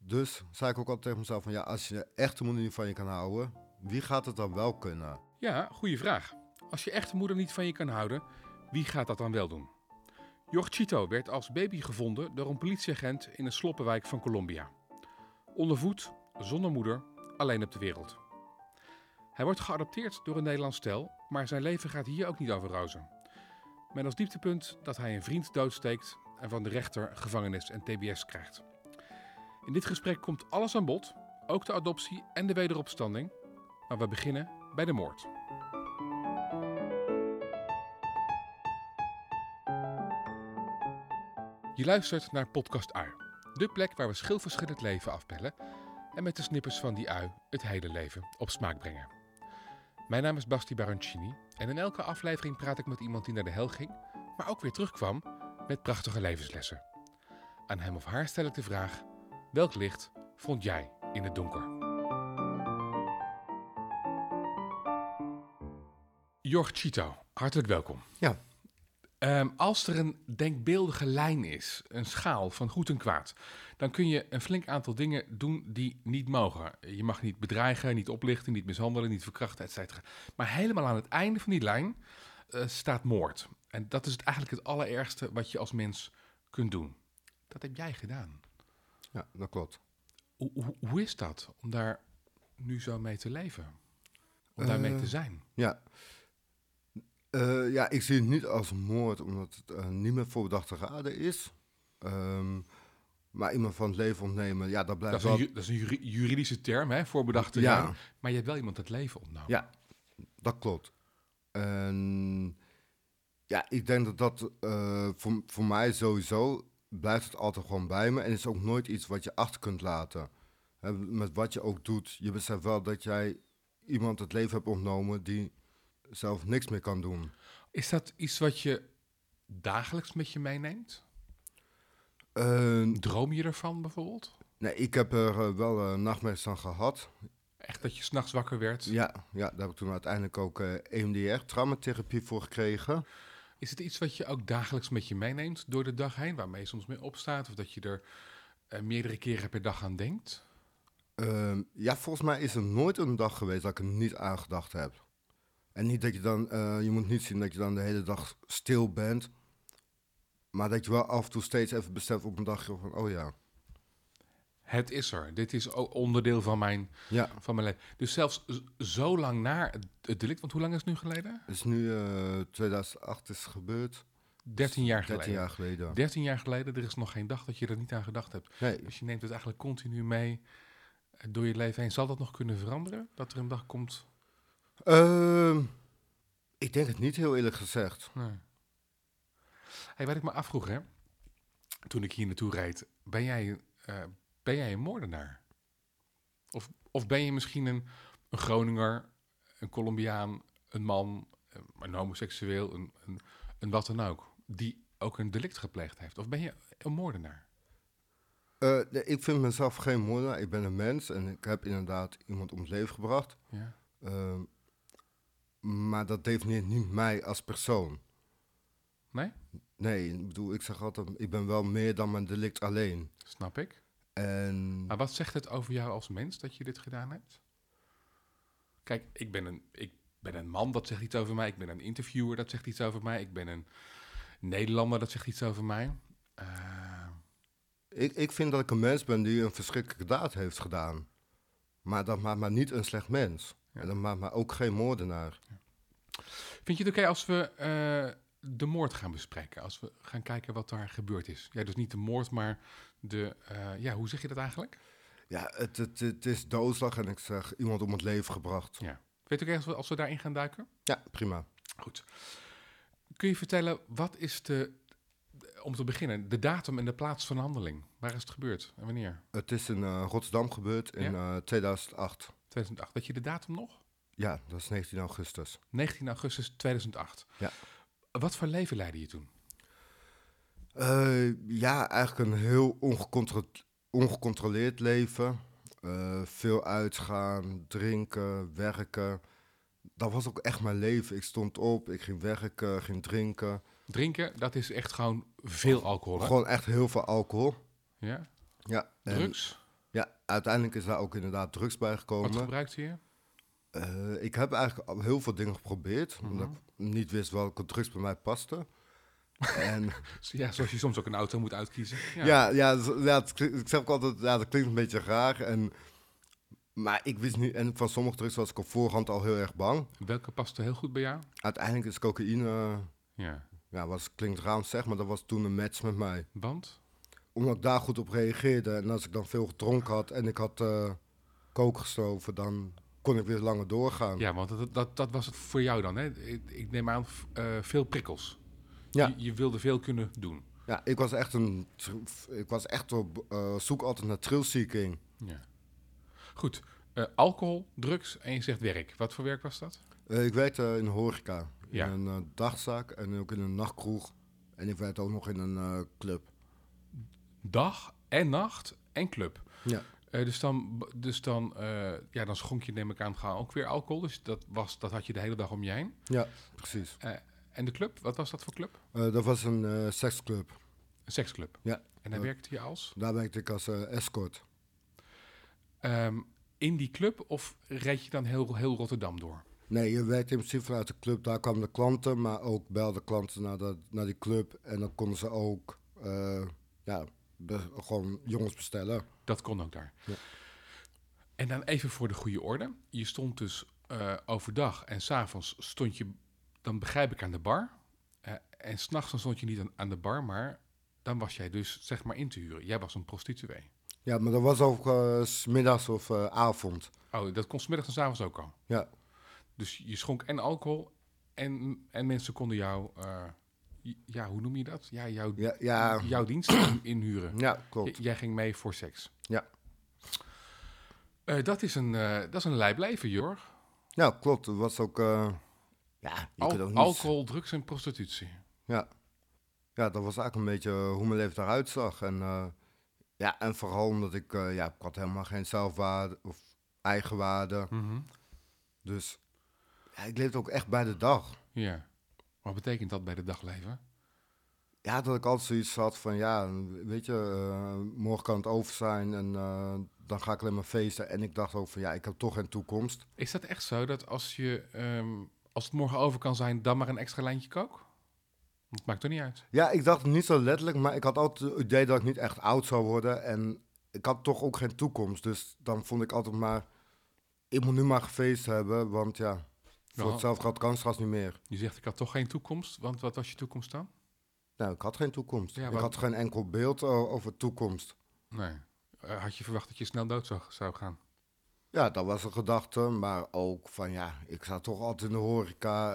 Dus zei ik ook altijd tegen mezelf van ja, als je echte moeder niet van je kan houden, wie gaat het dan wel kunnen? Ja, goede vraag. Als je echte moeder niet van je kan houden, wie gaat dat dan wel doen? Jorgito werd als baby gevonden door een politieagent in een sloppenwijk van Colombia. Ondervoed, zonder moeder, alleen op de wereld. Hij wordt geadopteerd door een Nederlands stel, maar zijn leven gaat hier ook niet over rozen. Met als dieptepunt dat hij een vriend doodsteekt en van de rechter gevangenis en tbs krijgt. In dit gesprek komt alles aan bod, ook de adoptie en de wederopstanding. Maar we beginnen bij de moord. Je luistert naar Podcast Ui. De plek waar we schilverschillend leven afpellen en met de snippers van die ui het hele leven op smaak brengen. Mijn naam is Basti Baroncini en in elke aflevering praat ik met iemand die naar de hel ging, maar ook weer terugkwam met prachtige levenslessen. Aan hem of haar stel ik de vraag: welk licht vond jij in het donker? Jorgito, hartelijk welkom. Ja. Als er een denkbeeldige lijn is, een schaal van goed en kwaad, dan kun je een flink aantal dingen doen die niet mogen. Je mag niet bedreigen, niet oplichten, niet mishandelen, niet verkrachten, etc. Maar helemaal aan het einde van die lijn staat moord. En dat is eigenlijk het allerergste wat je als mens kunt doen. Dat heb jij gedaan. Ja, dat klopt. Hoe is dat om daar nu zo mee te leven? Om daarmee te zijn? Ja. Ja, ik zie het niet als moord, omdat het niet meer voorbedachte raden is. Maar iemand van het leven ontnemen, ja, dat blijft Dat is een juridische term, hè, voorbedachte raden. Maar je hebt wel iemand het leven ontnomen. Ja, dat klopt. En ja, ik denk dat voor mij sowieso blijft het altijd gewoon bij me. En is ook nooit iets wat je achter kunt laten. Hè, met wat je ook doet, je beseft wel dat jij iemand het leven hebt ontnomen die zelf niks meer kan doen. Is dat iets wat je dagelijks met je meeneemt? Droom je ervan bijvoorbeeld? Nee, ik heb er wel nachtmerries van gehad. Echt dat je 's nachts wakker werd? Ja, daar heb ik toen uiteindelijk ook EMDR, traumatherapie voor gekregen. Is het iets wat je ook dagelijks met je meeneemt door de dag heen, waarmee je soms mee opstaat of dat je er meerdere keren per dag aan denkt? Ja, volgens mij is er nooit een dag geweest dat ik er niet aan gedacht heb. En niet dat je dan, je moet niet zien dat je dan de hele dag stil bent. Maar dat je wel af en toe steeds even beseft op een dagje van, oh ja. Het is er. Dit is ook onderdeel van mijn leven. Dus zelfs zo lang na het delict, want hoe lang is het nu geleden? Het is nu 2008 is gebeurd. 13 jaar geleden. 13 jaar geleden. 13 jaar geleden, er is nog geen dag dat je er niet aan gedacht hebt. Nee. Dus je neemt het eigenlijk continu mee door je leven heen. Zal dat nog kunnen veranderen? Dat er een dag komt? Ik denk het niet, heel eerlijk gezegd. Nee. Hey, wat ik me afvroeg, hè, toen ik hier naartoe reed, ben jij een moordenaar? Of ben je misschien een Groninger, een Colombiaan, een man, een homoseksueel, een wat dan ook, die ook een delict gepleegd heeft? Of ben je een moordenaar? Nee, ik vind mezelf geen moordenaar. Ik ben een mens en ik heb inderdaad iemand om het leven gebracht. Ja. Maar dat definieert niet mij als persoon. Nee? Nee, ik bedoel, ik zeg altijd, ik ben wel meer dan mijn delict alleen. Snap ik. En Maar wat zegt het over jou als mens dat je dit gedaan hebt? Kijk, ik ben een man, dat zegt iets over mij. Ik ben een interviewer, dat zegt iets over mij. Ik ben een Nederlander, dat zegt iets over mij. ik vind dat ik een mens ben die een verschrikkelijke daad heeft gedaan. Maar dat maakt mij niet een slecht mens. Ja. En dat maakt mij ook geen moordenaar. Ja. Vind je het oké als we de moord gaan bespreken? Als we gaan kijken wat daar gebeurd is? Ja, dus niet de moord, maar hoe zeg je dat eigenlijk? Ja, het is doodslag en ik zeg iemand om het leven gebracht. Ja. Weet je oké als we daarin gaan duiken? Ja, prima. Goed. Kun je vertellen, wat is om te beginnen, de datum en de plaats van handeling? Waar is het gebeurd en wanneer? Het is in Rotterdam gebeurd in 2008. 2008. Weet je de datum nog? Ja, dat is 19 augustus. 19 augustus 2008. Ja. Wat voor leven leidde je toen? Ja, eigenlijk een heel ongecontroleerd leven. Veel uitgaan, drinken, werken. Dat was ook echt mijn leven. Ik stond op, ik ging werken, ging drinken. Drinken, dat is echt gewoon veel alcohol, hè? Gewoon echt heel veel alcohol. Ja. Ja. Drugs? Ja, uiteindelijk is daar ook inderdaad drugs bij Wat gekomen. gebruikte je? Ik heb eigenlijk al heel veel dingen geprobeerd, omdat ik niet wist welke drugs bij mij pasten. En Ja, zoals je soms ook een auto moet uitkiezen. Ja. ik zeg ook altijd, ja, dat klinkt een beetje raar. Maar ik wist niet, en van sommige drugs was ik op voorhand al heel erg bang. Welke paste heel goed bij jou? Uiteindelijk is cocaïne, Ja. klinkt raar om te zeggen, maar dat was toen een match met mij. Want? Omdat ik daar goed op reageerde en als ik dan veel gedronken had en ik had kook gestoven, dan kon ik weer langer doorgaan. Ja, want dat was het voor jou dan, hè? Ik neem aan, veel prikkels. Ja. Je wilde veel kunnen doen. Ja, ik was echt op zoek altijd naar thrill-seeking. Ja. Goed. Alcohol, drugs en je zegt werk. Wat voor werk was dat? Ik werkte in de horeca, Ja. in een dagzaak en ook in een nachtkroeg. En ik werkte ook nog in een club. Dag en nacht en club. Ja. Dan schonk je, neem ik aan, gewoon ook weer alcohol. Dus dat had je de hele dag om je heen. Ja, precies. En de club, wat was dat voor club? Dat was een seksclub. Een seksclub. Ja. En daar werkte je als? Daar werkte ik als escort. In die club of reed je dan heel Rotterdam door? Nee, je werkte in principe vanuit de club. Daar kwamen de klanten, maar ook belden klanten naar die club. En dan konden ze ook gewoon jongens bestellen. Dat kon ook daar. Ja. En dan even voor de goede orde. Je stond dus overdag en 's avonds stond je, dan begrijp ik, aan de bar. En 's nachts dan stond je niet aan de bar, maar dan was jij dus zeg maar in te huren. Jij was een prostituee. Ja, maar dat was ook 's middags of avond. Oh, dat kon 's middags en 's avonds ook al. Ja. Dus je schonk en alcohol en mensen konden jou, hoe noem je dat? Ja, jouw dienst inhuren. Ja, klopt. Jij ging mee voor seks. Ja. Dat is een lijp leven, Jorg. Ja, klopt. Het was ook... je kunt ook niet... Alcohol, drugs en prostitutie. Ja. Ja, dat was eigenlijk een beetje hoe mijn leven eruit zag. En vooral omdat ik had helemaal geen zelfwaarde of eigenwaarde. Mhm. Dus ik leefde ook echt bij de dag. Ja. Wat betekent dat bij de dagleven? Ja, dat ik altijd zoiets had van, weet je, morgen kan het over zijn en dan ga ik alleen maar feesten. En ik dacht ook van, ik heb toch geen toekomst. Is dat echt zo dat als het morgen over kan zijn, dan maar een extra lijntje kook? Dat maakt er niet uit. Ja, ik dacht niet zo letterlijk, maar ik had altijd het idee dat ik niet echt oud zou worden. En ik had toch ook geen toekomst. Dus dan vond ik altijd maar, ik moet nu maar gefeest hebben, want voor hetzelfde geld kan het straks niet meer. Je zegt, ik had toch geen toekomst, want wat was je toekomst dan? Nou, ik had geen toekomst. Ja, ik had geen enkel beeld over toekomst. Nee. Had je verwacht dat je snel dood zou gaan? Ja, dat was een gedachte, maar ook van ik zat toch altijd in de horeca.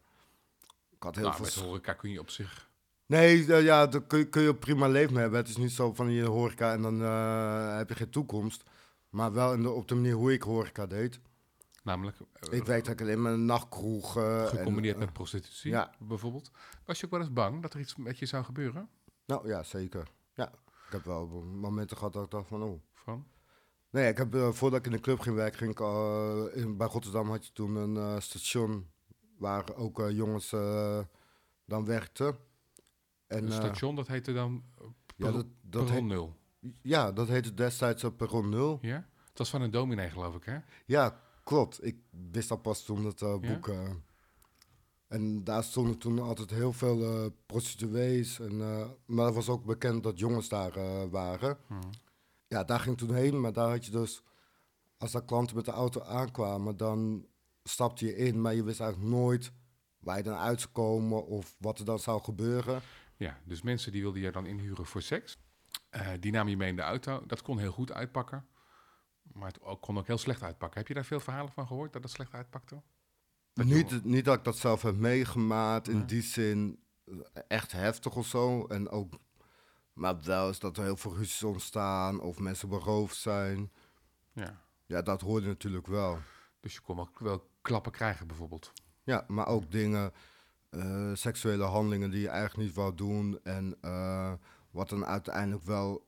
Ik had heel veel... Met horeca kun je op zich... Nee, daar kun je prima leven mee hebben. Het is niet zo van je horeca en dan heb je geen toekomst. Maar wel op de manier hoe ik horeca deed. Namelijk? Ik werkte alleen maar in een nachtkroeg. Gecombineerd met prostitutie, bijvoorbeeld. Was je ook wel eens bang dat er iets met je zou gebeuren? Nou ja, zeker. Ja, ik heb wel momenten gehad dat ik dacht van... Van? Nee, ik heb, voordat ik in de club ging werken, bij Rotterdam had je toen een station waar ook jongens dan werkten. En, Een station, dat heette dan dat Perron 0. Ja, dat heette destijds Perron 0. Ja? Het was van een dominee, geloof ik, hè? Ja, klopt. Ik wist dat pas toen het boek... en daar stonden toen altijd heel veel prostituees. Maar het was ook bekend dat jongens daar waren. Ja, daar ging ik toen heen, maar daar had je dus... Als daar klanten met de auto aankwamen, dan stapte je in, maar je wist eigenlijk nooit waar je dan uit zou komen of wat er dan zou gebeuren. Ja, dus mensen die wilden je dan inhuren voor seks. Die namen je mee in de auto. Dat kon heel goed uitpakken, maar het kon ook heel slecht uitpakken. Heb je daar veel verhalen van gehoord, dat het slecht uitpakte? Niet dat ik dat zelf heb meegemaakt, in die zin echt heftig of zo. Maar wel is dat er heel veel ruzies ontstaan of mensen beroofd zijn. Ja, dat hoorde je natuurlijk wel. Dus je kon wel klappen krijgen bijvoorbeeld. Ja, maar ook dingen, seksuele handelingen die je eigenlijk niet wou doen. En wat dan uiteindelijk wel,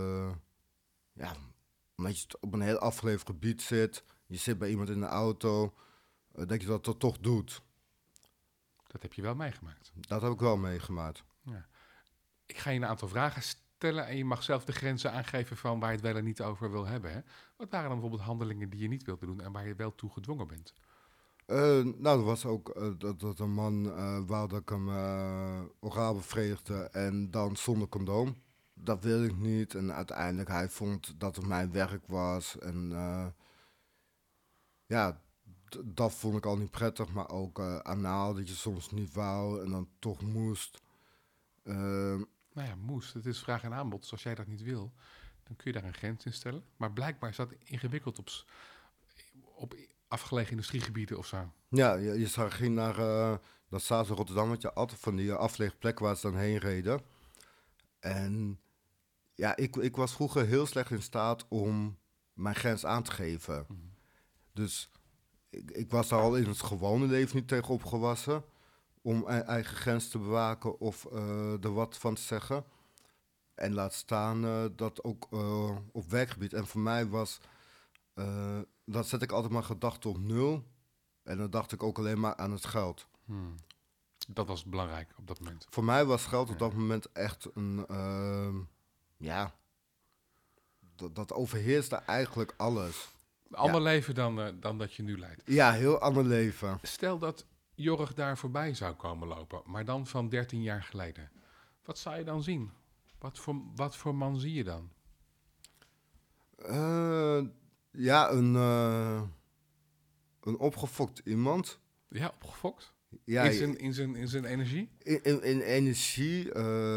omdat je op een heel afgelegen gebied zit. Je zit bij iemand in de auto, dat je dat toch doet. Dat heb je wel meegemaakt. Dat heb ik wel meegemaakt. Ja. Ik ga je een aantal vragen stellen en je mag zelf de grenzen aangeven van waar je het wel en niet over wil hebben. Hè? Wat waren dan bijvoorbeeld handelingen die je niet wilde doen en waar je wel toe gedwongen bent? Nou, er was ook dat een man wou dat ik hem oraal bevredigde en dan zonder condoom. Dat wilde ik niet en uiteindelijk hij vond dat het mijn werk was. En ja, dat vond ik al niet prettig, maar ook anaal dat je soms niet wou en dan toch moest. Ehm, Nou ja, moest. Het is vraag en aanbod. Dus als jij dat niet wil, dan kun je daar een grens in stellen. Maar blijkbaar is dat ingewikkeld op afgelegen industriegebieden of zo. ja, ging naar dat staat in Rotterdam, want je altijd van die afgelegen plek waar ze dan heen reden. En ja, ik was vroeger heel slecht in staat om mijn grens aan te geven. Mhm. Dus ik was daar al in het gewone leven niet tegen opgewassen om eigen grens te bewaken of er wat van te zeggen. En laat staan dat ook op werkgebied. En voor mij was, dan zet ik altijd mijn gedachten op nul. En dan dacht ik ook alleen maar aan het geld. Hmm. Dat was belangrijk op dat moment. Voor mij was geld op Ja. dat moment echt een, ja, dat overheerste eigenlijk alles. Ander leven dan dat je nu leidt. Ja, heel ander leven. Stel dat Jorg daar voorbij zou komen lopen, maar dan van 13 jaar geleden. Wat zou je dan zien? Wat voor man zie je dan? Eh, ja, een opgefokt iemand. Ja, opgefokt? Ja, In zijn energie? in energie,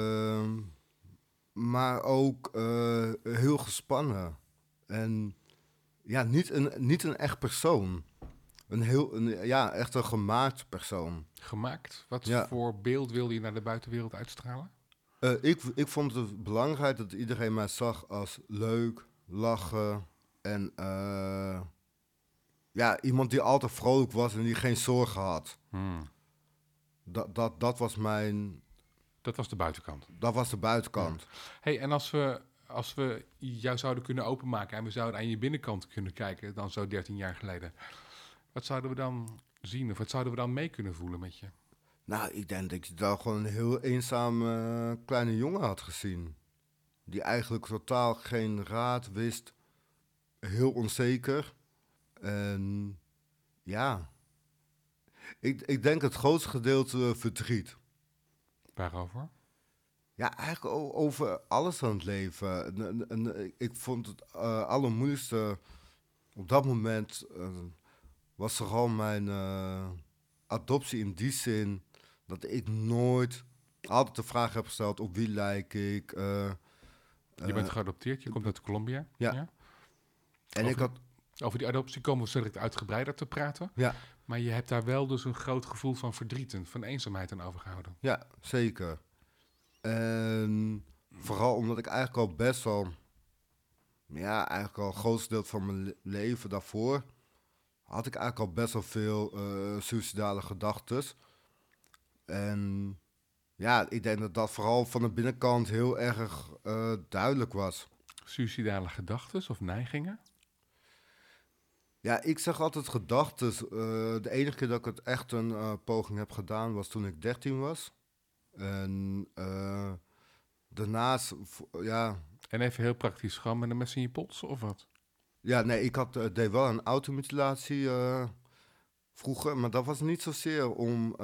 maar ook heel gespannen. En ja, niet een echt persoon. Ja, echt een gemaakt persoon. Gemaakt? Wat Ja. voor beeld wilde je naar de buitenwereld uitstralen? Ik vond het belangrijk dat iedereen mij zag als leuk, lachen en ja, iemand die altijd vrolijk was en die geen zorgen had. Dat was Dat was de buitenkant. dat was de buitenkant. Hey, en als we jou zouden kunnen openmaken en we zouden aan je binnenkant kunnen kijken, dan zo 13 jaar geleden. Wat zouden we dan zien of wat zouden we dan mee kunnen voelen met je? Nou, ik denk dat je daar gewoon een heel eenzaam kleine jongen had gezien. Die eigenlijk totaal geen raad wist. Heel onzeker. En ja, ik denk het grootste gedeelte verdriet. Waarover? Ja, eigenlijk over alles aan het leven. Ik vond het allermoeilijkste op dat moment was vooral mijn adoptie in die zin dat ik nooit altijd de vraag heb gesteld op wie lijk ik. Je bent geadopteerd, je komt uit Colombia. Ja. En Over- ik had, Over die adoptie komen we zo direct uitgebreider te praten. ja, Maar je hebt daar wel dus een groot gevoel van verdriet en van eenzaamheid aan overgehouden. ja, zeker. En vooral omdat ik eigenlijk al best wel, ja, eigenlijk al het grootste deel van mijn leven daarvoor, had ik eigenlijk al best wel veel suïcidale gedachten. En ja, ik denk dat dat vooral van de binnenkant heel erg duidelijk was. Suïcidale gedachten of neigingen? Ja, ik zeg altijd gedachten. De enige keer dat ik het echt een poging heb gedaan was toen ik 13 was. En daarnaast, ja, En even heel praktisch, gewoon met een mes in je pols of wat? ja, nee, ik deed wel een automutilatie vroeger, maar dat was niet zozeer om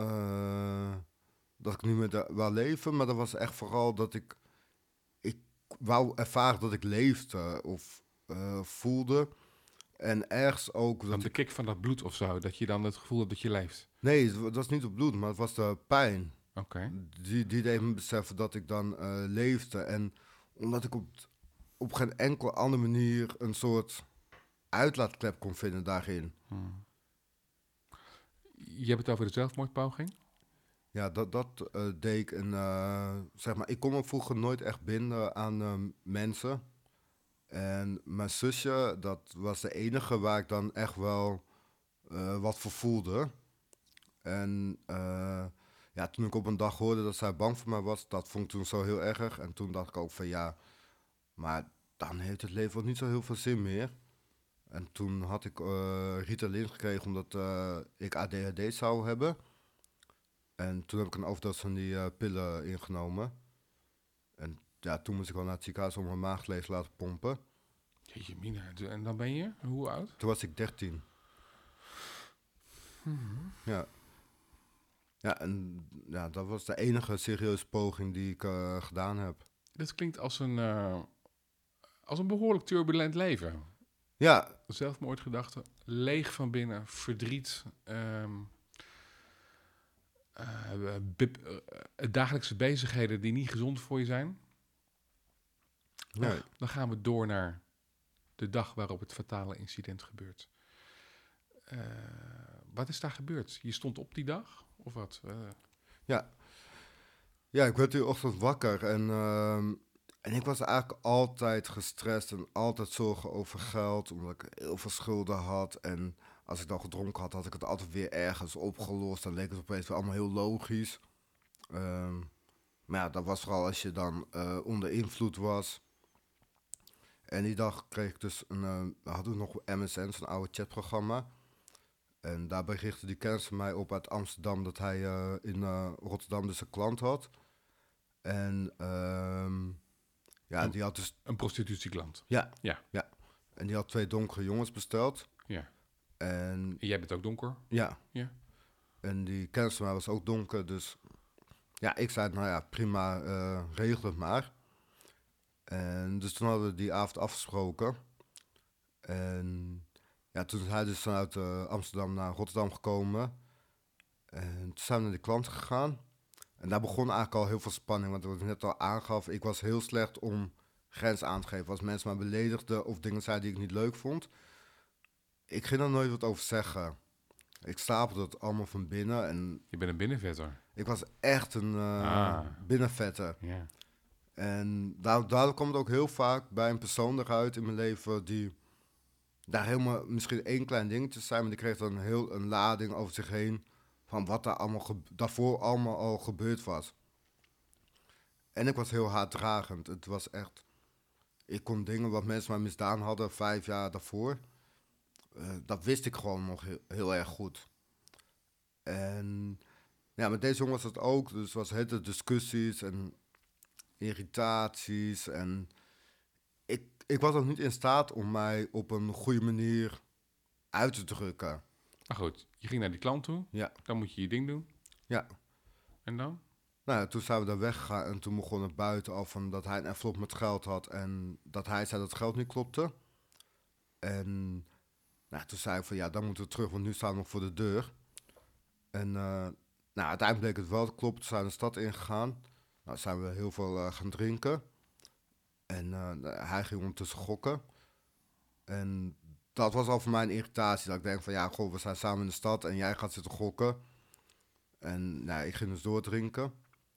dat ik niet meer wou leven, maar dat was echt vooral dat ik wou ervaren dat ik leefde of voelde. En ergens ook Dan dat de kick van dat bloed of zo, dat je dan het gevoel hebt dat je leeft. nee, het was niet op bloed, maar het was de pijn. Oké. Die deed me beseffen dat ik dan leefde. En omdat ik op geen enkele andere manier een soort uitlaatklep kon vinden daarin. Je hebt het over de zelfmoordpoging. Ja, dat deed ik. En zeg maar, ik kon me vroeger nooit echt binden aan mensen. En mijn zusje, dat was de enige waar ik dan echt wel wat voor voelde. En ja, toen ik op een dag hoorde dat zij bang voor mij was, dat vond ik toen zo heel erg. En toen dacht ik ook van ja, maar dan heeft het leven ook niet zo heel veel zin meer. En toen had ik Ritalin gekregen omdat ik ADHD zou hebben. En toen heb ik een overdosis van die pillen ingenomen. En ja, toen moest ik wel naar het ziekenhuis om mijn maag leeg te laten pompen. Jeetje mina, en dan ben je, hoe oud? Toen was ik 13. Ja. Ja, en ja, dat was de enige serieuze poging die ik gedaan heb. Dat klinkt als een behoorlijk turbulent leven. Ja, Zelfmoordgedachten, leeg van binnen, verdriet, dagelijkse bezigheden die niet gezond voor je zijn. nee. Dan gaan we door naar de dag waarop het fatale incident gebeurt. Wat is daar gebeurd? Je stond op die dag? Of wat? Ja, ik werd die ochtend wakker en ik was eigenlijk altijd gestrest en altijd zorgen over geld, omdat ik heel veel schulden had. En als ik dan gedronken had, had ik het altijd weer ergens opgelost. Dan leek het opeens weer allemaal heel logisch. Ehm, maar ja, dat was vooral als je dan onder invloed was. En die dag kreeg ik dus hadden we nog MSN, zo'n oude chatprogramma. En daarbij richtte die kennis van mij op uit Amsterdam dat hij in Rotterdam dus een klant had. En ja, die had dus... Een prostitutieklant. Ja, Ja. ja. En die had 2 donkere jongens besteld. Ja. En En jij bent ook donker? ja, Ja. en die kennis van mij was ook donker. Dus ja, ik zei, nou ja, prima, regel het maar. En dus toen hadden we die avond afgesproken. En ja, toen is hij dus vanuit Amsterdam naar Rotterdam gekomen. En toen zijn we naar de klant gegaan. En daar begon eigenlijk al heel veel spanning, want wat ik net al aangaf, ik was heel slecht om grens aan te geven. Als mensen mij beledigden of dingen zeiden die ik niet leuk vond, ik ging er nooit wat over zeggen. Ik stapelde het allemaal van binnen en Je bent een binnenvetter. ik was echt een binnenvetter. Ja. En daardoor kwam het ook heel vaak bij een persoon eruit in mijn leven die daar helemaal misschien 1 klein dingetje zijn, maar die kreeg dan heel een lading over zich heen van wat daar allemaal daarvoor allemaal al gebeurd was. En ik was heel haatdragend. Het was echt... Ik kon dingen wat mensen mij misdaan hadden 5 jaar daarvoor. Dat wist ik gewoon nog heel erg goed. En ja, met deze jongen was het ook. Dus was hele discussies en irritaties. En ik was ook niet in staat om mij op een goede manier uit te drukken. Maar goed, je ging naar die klant toe. Ja. Dan moet je je ding doen. Ja. En dan? Nou ja, toen zijn we daar weggegaan en toen begon het buitenaf van dat hij een envelop met geld had en dat hij zei dat het geld niet klopte. En nou, toen zei ik van ja, dan moeten we terug, want nu staan we nog voor de deur. En nou, uiteindelijk bleek het wel te kloppen, toen zijn we de stad ingegaan. Nou, zijn we heel veel gaan drinken. En hij ging ondertussen gokken. En dat was al voor mij een irritatie, dat ik denk van ja, goh, we zijn samen in de stad en jij gaat zitten gokken. En nou, ik ging dus doordrinken.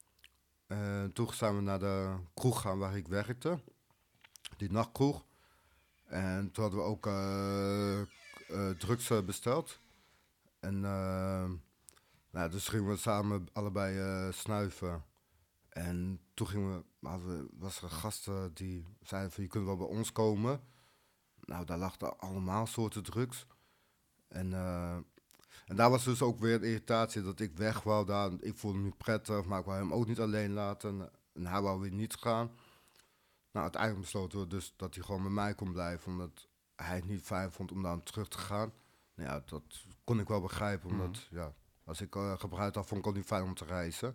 Toen zijn we naar de kroeg gaan waar ik werkte. Die nachtkroeg. En toen hadden we ook drugs besteld. En nou, dus gingen we samen allebei snuiven. En toen was er een gast die zei van je kunt wel bij ons komen. Nou, daar lag er allemaal soorten drugs. En daar was dus ook weer de irritatie dat ik weg wou daar. Ik voelde me niet prettig, maar ik wou hem ook niet alleen laten. En hij wou weer niet gaan. Nou, uiteindelijk besloten we dus dat hij gewoon met mij kon blijven, omdat hij het niet fijn vond om dan terug te gaan. Nou ja, dat kon ik wel begrijpen, omdat ja, als ik gebruikt had, vond ik het ook niet fijn om te reizen.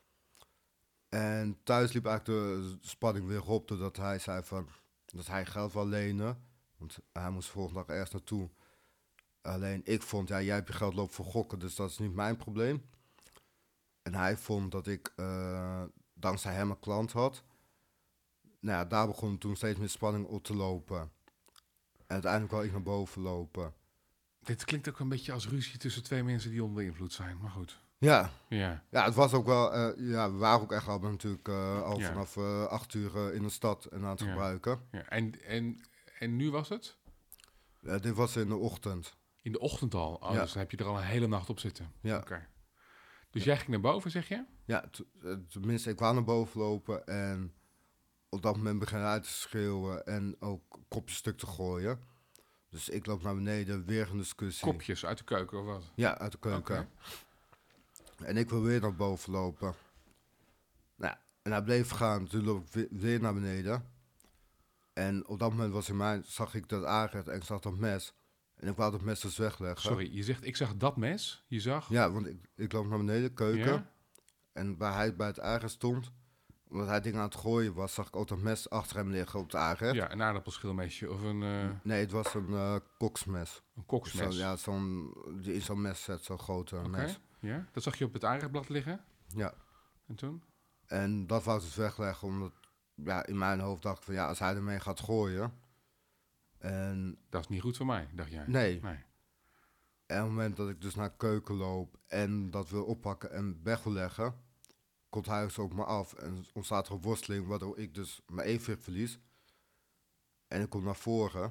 En thuis liep eigenlijk de spanning weer op, doordat hij zei van, dat hij geld wou lenen. Want hij moest de volgende dag ergens naartoe. Alleen ik vond, ja, jij hebt je geld lopen voor gokken, dus dat is niet mijn probleem. En hij vond dat ik dankzij hem een klant had. Nou ja, daar begon toen steeds meer spanning op te lopen. En uiteindelijk wou ik naar boven lopen. Dit klinkt ook een beetje als ruzie tussen 2 mensen die onder invloed zijn. Maar goed. Ja, Ja. ja, het was ook wel... ja, we waren ook echt al natuurlijk al Ja. vanaf 8 uur in de stad en aan het Ja. gebruiken. Ja. En nu was het? Dit was in de ochtend. In de ochtend al? Oh, Ja. dus dan heb je er al een hele nacht op zitten. Ja. Oké. Dus jij ging naar boven, zeg je? Ja, tenminste, ik wou naar boven lopen en op dat moment begon hij uit te schreeuwen en ook kopjes stuk te gooien. Dus ik loop naar beneden, weer een discussie. Kopjes uit de keuken of wat? Ja, uit de keuken. Oké. En ik wil weer naar boven lopen. Nou, En hij bleef gaan, toen loop ik weer naar beneden. En op dat moment zag ik dat aanrecht en ik zag dat mes. En ik wou dat mes dus wegleggen. Sorry, je zegt, ik zag dat mes. Je zag... Ja, want ik loop naar beneden, keuken. Ja? En waar hij bij het aanrecht stond, omdat hij dingen aan het gooien was, zag ik ook dat mes achter hem liggen op het aanrecht. Ja, een aardappelschilmesje of een Nee, het was een koksmes. koksmes. Die in zo'n messet, zo'n grote mes. Ja, dat zag je op het aanrechtblad liggen. Ja. En toen? En dat wou ik dus wegleggen, omdat in mijn hoofd dacht ik van als hij ermee gaat gooien. En Dat is niet goed voor mij, dacht jij? nee. En op het moment dat ik dus naar de keuken loop en dat wil oppakken en weg wil leggen, komt hij dus op me af en ontstaat er een worsteling, waardoor ik dus mijn evenwicht verlies. En ik kom naar voren.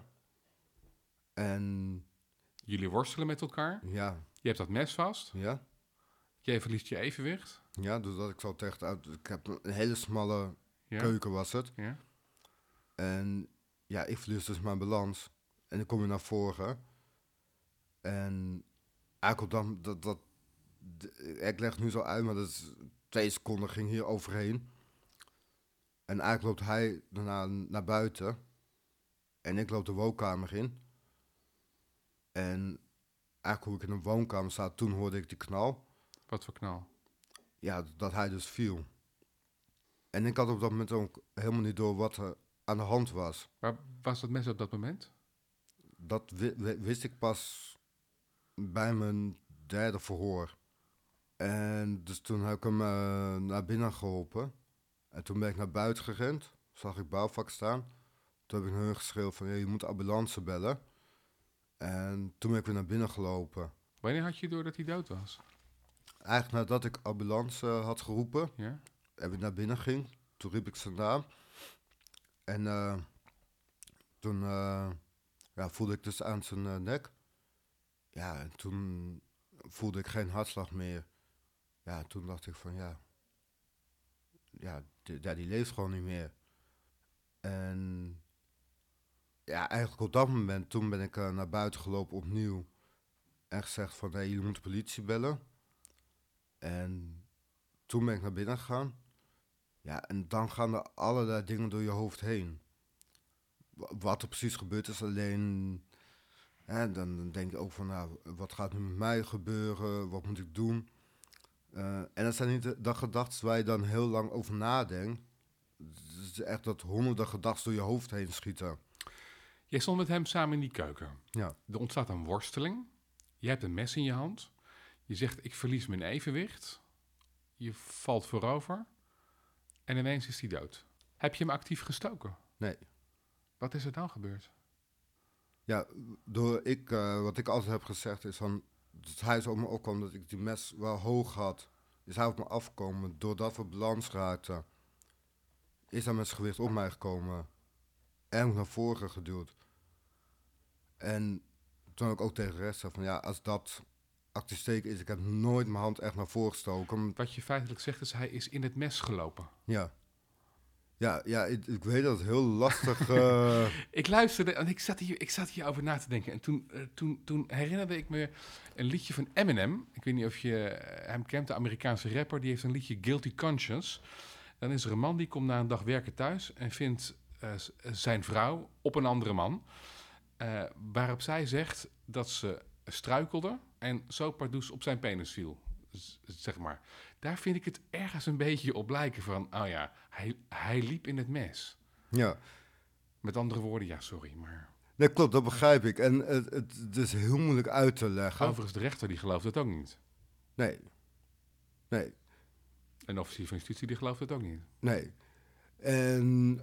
En Jullie worstelen met elkaar. ja. Je hebt dat mes vast. Ja. Jij verliest je evenwicht. Ja, doordat ik zo tegen ik heb een hele smalle keuken was het. Ja. En ik verlies dus mijn balans. En ik kom weer naar voren. En eigenlijk ik leg het nu zo uit, maar dat is 2 seconden ging hier overheen. En eigenlijk loopt hij daarna naar buiten. En ik loop de woonkamer in. En eigenlijk hoe ik in een woonkamer sta, toen hoorde ik die knal. Wat voor knal? Ja, dat hij dus viel. En ik had op dat moment ook helemaal niet door wat er aan de hand was. Waar was dat mes op dat moment? Dat wist ik pas bij mijn 3e verhoor. En dus toen heb ik hem naar binnen geholpen. En toen ben ik naar buiten gerend. Zag ik bouwvak staan. Toen heb ik naar hun geschreeuwd van je moet ambulance bellen. En toen ben ik weer naar binnen gelopen. Wanneer had je door dat hij dood was? Eigenlijk nadat ik ambulance had geroepen, Ja? en ik naar binnen ging, toen riep ik zijn naam. En toen voelde ik dus aan zijn nek. Ja, en toen voelde ik geen hartslag meer. Ja, toen dacht ik van die leeft gewoon niet meer. En eigenlijk op dat moment, toen ben ik naar buiten gelopen opnieuw. En gezegd van, nee, jullie moeten politie bellen. En toen ben ik naar binnen gegaan. Ja, en dan gaan er allerlei dingen door je hoofd heen. Wat er precies gebeurd is, alleen... dan denk je ook van, wat gaat nu met mij gebeuren? Wat moet ik doen? En dat zijn niet de gedachten waar je dan heel lang over nadenkt. Het is echt dat honderden gedachten door je hoofd heen schieten. Jij stond met hem samen in die keuken. Ja. Er ontstaat een worsteling. Je hebt een mes in je hand. Je zegt, ik verlies mijn evenwicht. Je valt voorover. En ineens is hij dood. Heb je hem actief gestoken? Nee. Wat is er dan gebeurd? Ja, wat ik altijd heb gezegd is van... Dat hij zo op me opkwam dat ik die mes wel hoog had. Is hij op me afgekomen. Doordat we balans raakten, is hij met zijn gewicht op mij gekomen. En naar voren geduwd. En toen heb ik ook tegen de rest gezegd van als dat actief steken is... Ik heb nooit mijn hand echt naar voren gestoken. Wat je feitelijk zegt is, hij is in het mes gelopen. Ja. Ja, ik weet dat het heel lastig... Ik luisterde en ik zat hier over na te denken. En toen herinnerde ik me een liedje van Eminem. Ik weet niet of je hem kent, de Amerikaanse rapper. Die heeft een liedje Guilty Conscience. Dan is er een man die komt na een dag werken thuis... en vindt zijn vrouw op een andere man. Waarop zij zegt dat ze struikelde... en zo pardoes op zijn penis viel, zeg maar. Daar vind ik het ergens een beetje op lijken van... hij liep in het mes. Ja. Met andere woorden, sorry, maar... Nee, klopt, dat begrijp ik. En het is heel moeilijk uit te leggen. Overigens, de rechter die gelooft het ook niet. Nee. Een officier van justitie die gelooft het ook niet. Nee. En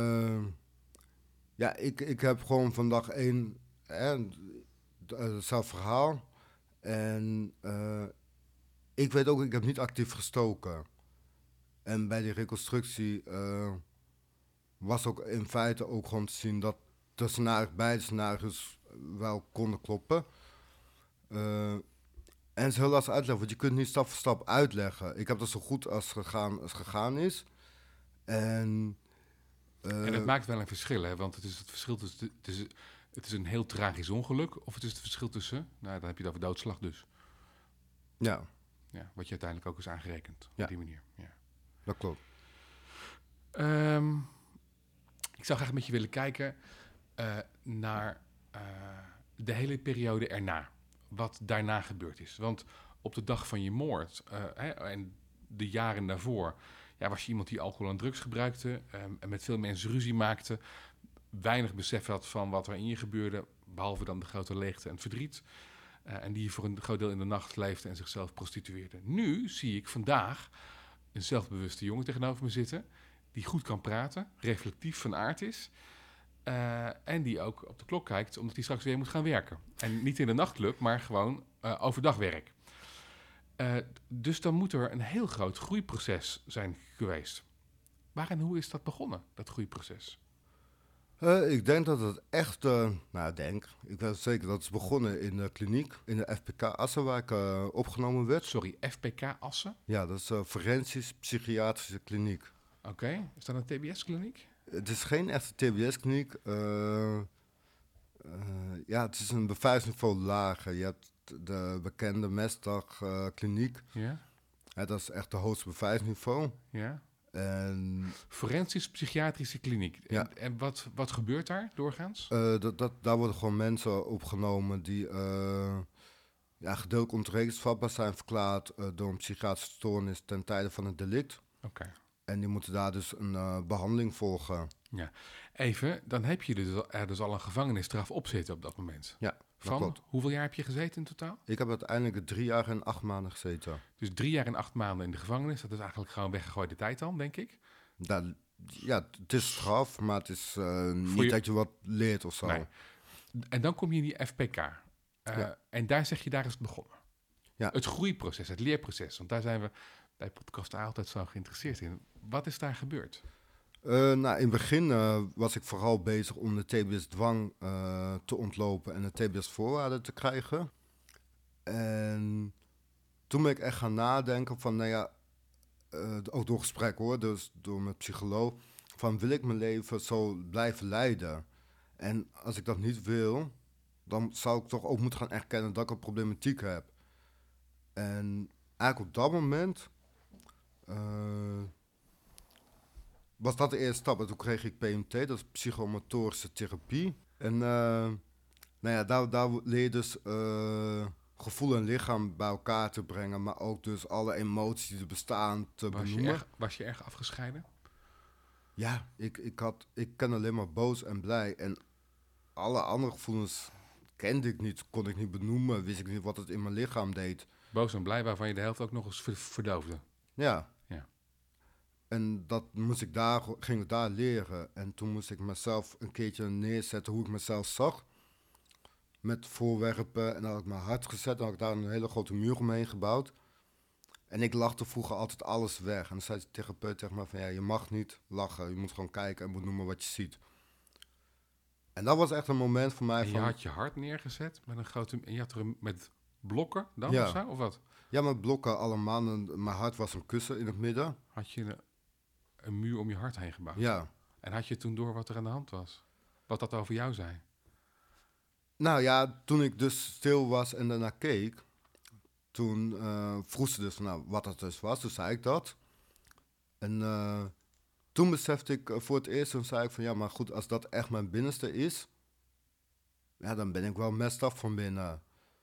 ik heb gewoon van dag 1 hetzelfde verhaal. En ik weet ook, ik heb niet actief gestoken. En bij die reconstructie was ook in feite ook gewoon te zien dat beide scenario's wel konden kloppen. En het is heel lastig uitleggen, want je kunt niet stap voor stap uitleggen. Ik heb dat zo goed als gegaan is. En het maakt wel een verschil, hè? Want het is het verschil tussen... Het is een heel tragisch ongeluk, of het is het verschil tussen... Nou, dan heb je het over doodslag dus. Ja. Ja, wat je uiteindelijk ook is aangerekend, Ja. op die manier. Ja. Dat klopt. Ehm, ik zou graag met je willen kijken naar de hele periode erna. Wat daarna gebeurd is. Want op de dag van je moord en de jaren daarvoor... Ja, was je iemand die alcohol en drugs gebruikte... en met veel mensen ruzie maakte... weinig besef had van wat er in je gebeurde... behalve dan de grote leegte en het verdriet... en die voor een groot deel in de nacht leefde en zichzelf prostitueerde. Nu zie ik vandaag een zelfbewuste jongen tegenover me zitten... die goed kan praten, reflectief van aard is... en die ook op de klok kijkt, omdat hij straks weer moet gaan werken. En niet in de nachtclub, maar gewoon overdag werk. Dus dan moet er een heel groot groeiproces zijn geweest. Waar en hoe is dat begonnen, dat groeiproces? Ik denk dat het echt, ik weet zeker dat het is begonnen in de kliniek, in de FPK Assen, waar ik opgenomen werd. Sorry, FPK Assen? Ja, dat is Forensisch Psychiatrische Kliniek. Oké, is dat een TBS-kliniek? Het is geen echte TBS-kliniek. Het is een beveiligingsniveau lager. Je hebt de bekende Mesdag-kliniek. Ja, Dat is echt het hoogste beveiligingsniveau. ja. En Forensisch Psychiatrische Kliniek. Ja. En wat gebeurt daar doorgaans? daar worden gewoon mensen opgenomen die gedeeltelijk ontoerekeningsvatbaar zijn verklaard door een psychiatrische stoornis ten tijde van het delict. Oké. En die moeten daar dus een behandeling volgen. Ja. Even, dan heb je dus al een gevangenisstraf op zitten op dat moment. Ja, dat Van klopt. hoeveel jaar heb je gezeten in totaal? Ik heb uiteindelijk 3 jaar en 8 maanden gezeten. Dus 3 jaar en 8 maanden in de gevangenis. Dat is eigenlijk gewoon weggegooide tijd dan, denk ik. Het is straf, maar het is niet je- dat je wat leert of zo. Nee. En dan kom je in die FPK. Ja. En daar zeg je, daar is het begonnen. Ja. Het groeiproces, het leerproces. Want daar zijn we bij Podcast A altijd zo geïnteresseerd in. Wat is daar gebeurd? In het begin was ik vooral bezig om de TBS-dwang te ontlopen en de TBS-voorwaarden te krijgen. En toen ben ik echt gaan nadenken van, ook door gesprek hoor, dus door mijn psycholoog, van wil ik mijn leven zo blijven leiden? En als ik dat niet wil, dan zou ik toch ook moeten gaan erkennen dat ik een problematiek heb. En eigenlijk op dat moment was dat de eerste stap. En toen kreeg ik PMT, dat is psychomotorische therapie. En daar leer je dus gevoel en lichaam bij elkaar te brengen, maar ook dus alle emoties die er bestaan te benoemen. Was je erg afgescheiden? Ja, ik ken alleen maar boos en blij. En alle andere gevoelens kende ik niet, kon ik niet benoemen, wist ik niet wat het in mijn lichaam deed. Boos en blij, waarvan je de helft ook nog eens verdoofde. Ja. Ja. En dat ging ik daar leren. En toen moest ik mezelf een keertje neerzetten hoe ik mezelf zag. Met voorwerpen. En dan had ik mijn hart gezet. En had ik daar een hele grote muur omheen gebouwd. En ik lachte vroeger altijd alles weg. En dan zei de therapeut tegen me van, je mag niet lachen. Je moet gewoon kijken en benoemen wat je ziet. En dat was echt een moment voor mij En je had je hart neergezet met een grote... En je had er met blokken dan Ja. of zo, of wat? Ja, met blokken allemaal. En mijn hart was een kussen in het midden. Had je een muur om je hart heen gebouwd? Ja. En had je toen door wat er aan de hand was? Wat dat over jou zei? Nou ja, toen ik dus stil was en daarna keek, toen vroeg ze dus van, wat dat dus was. Toen zei ik dat. En toen besefte ik voor het eerst, toen zei ik van, maar goed, als dat echt mijn binnenste is, dan ben ik wel messed up van binnen.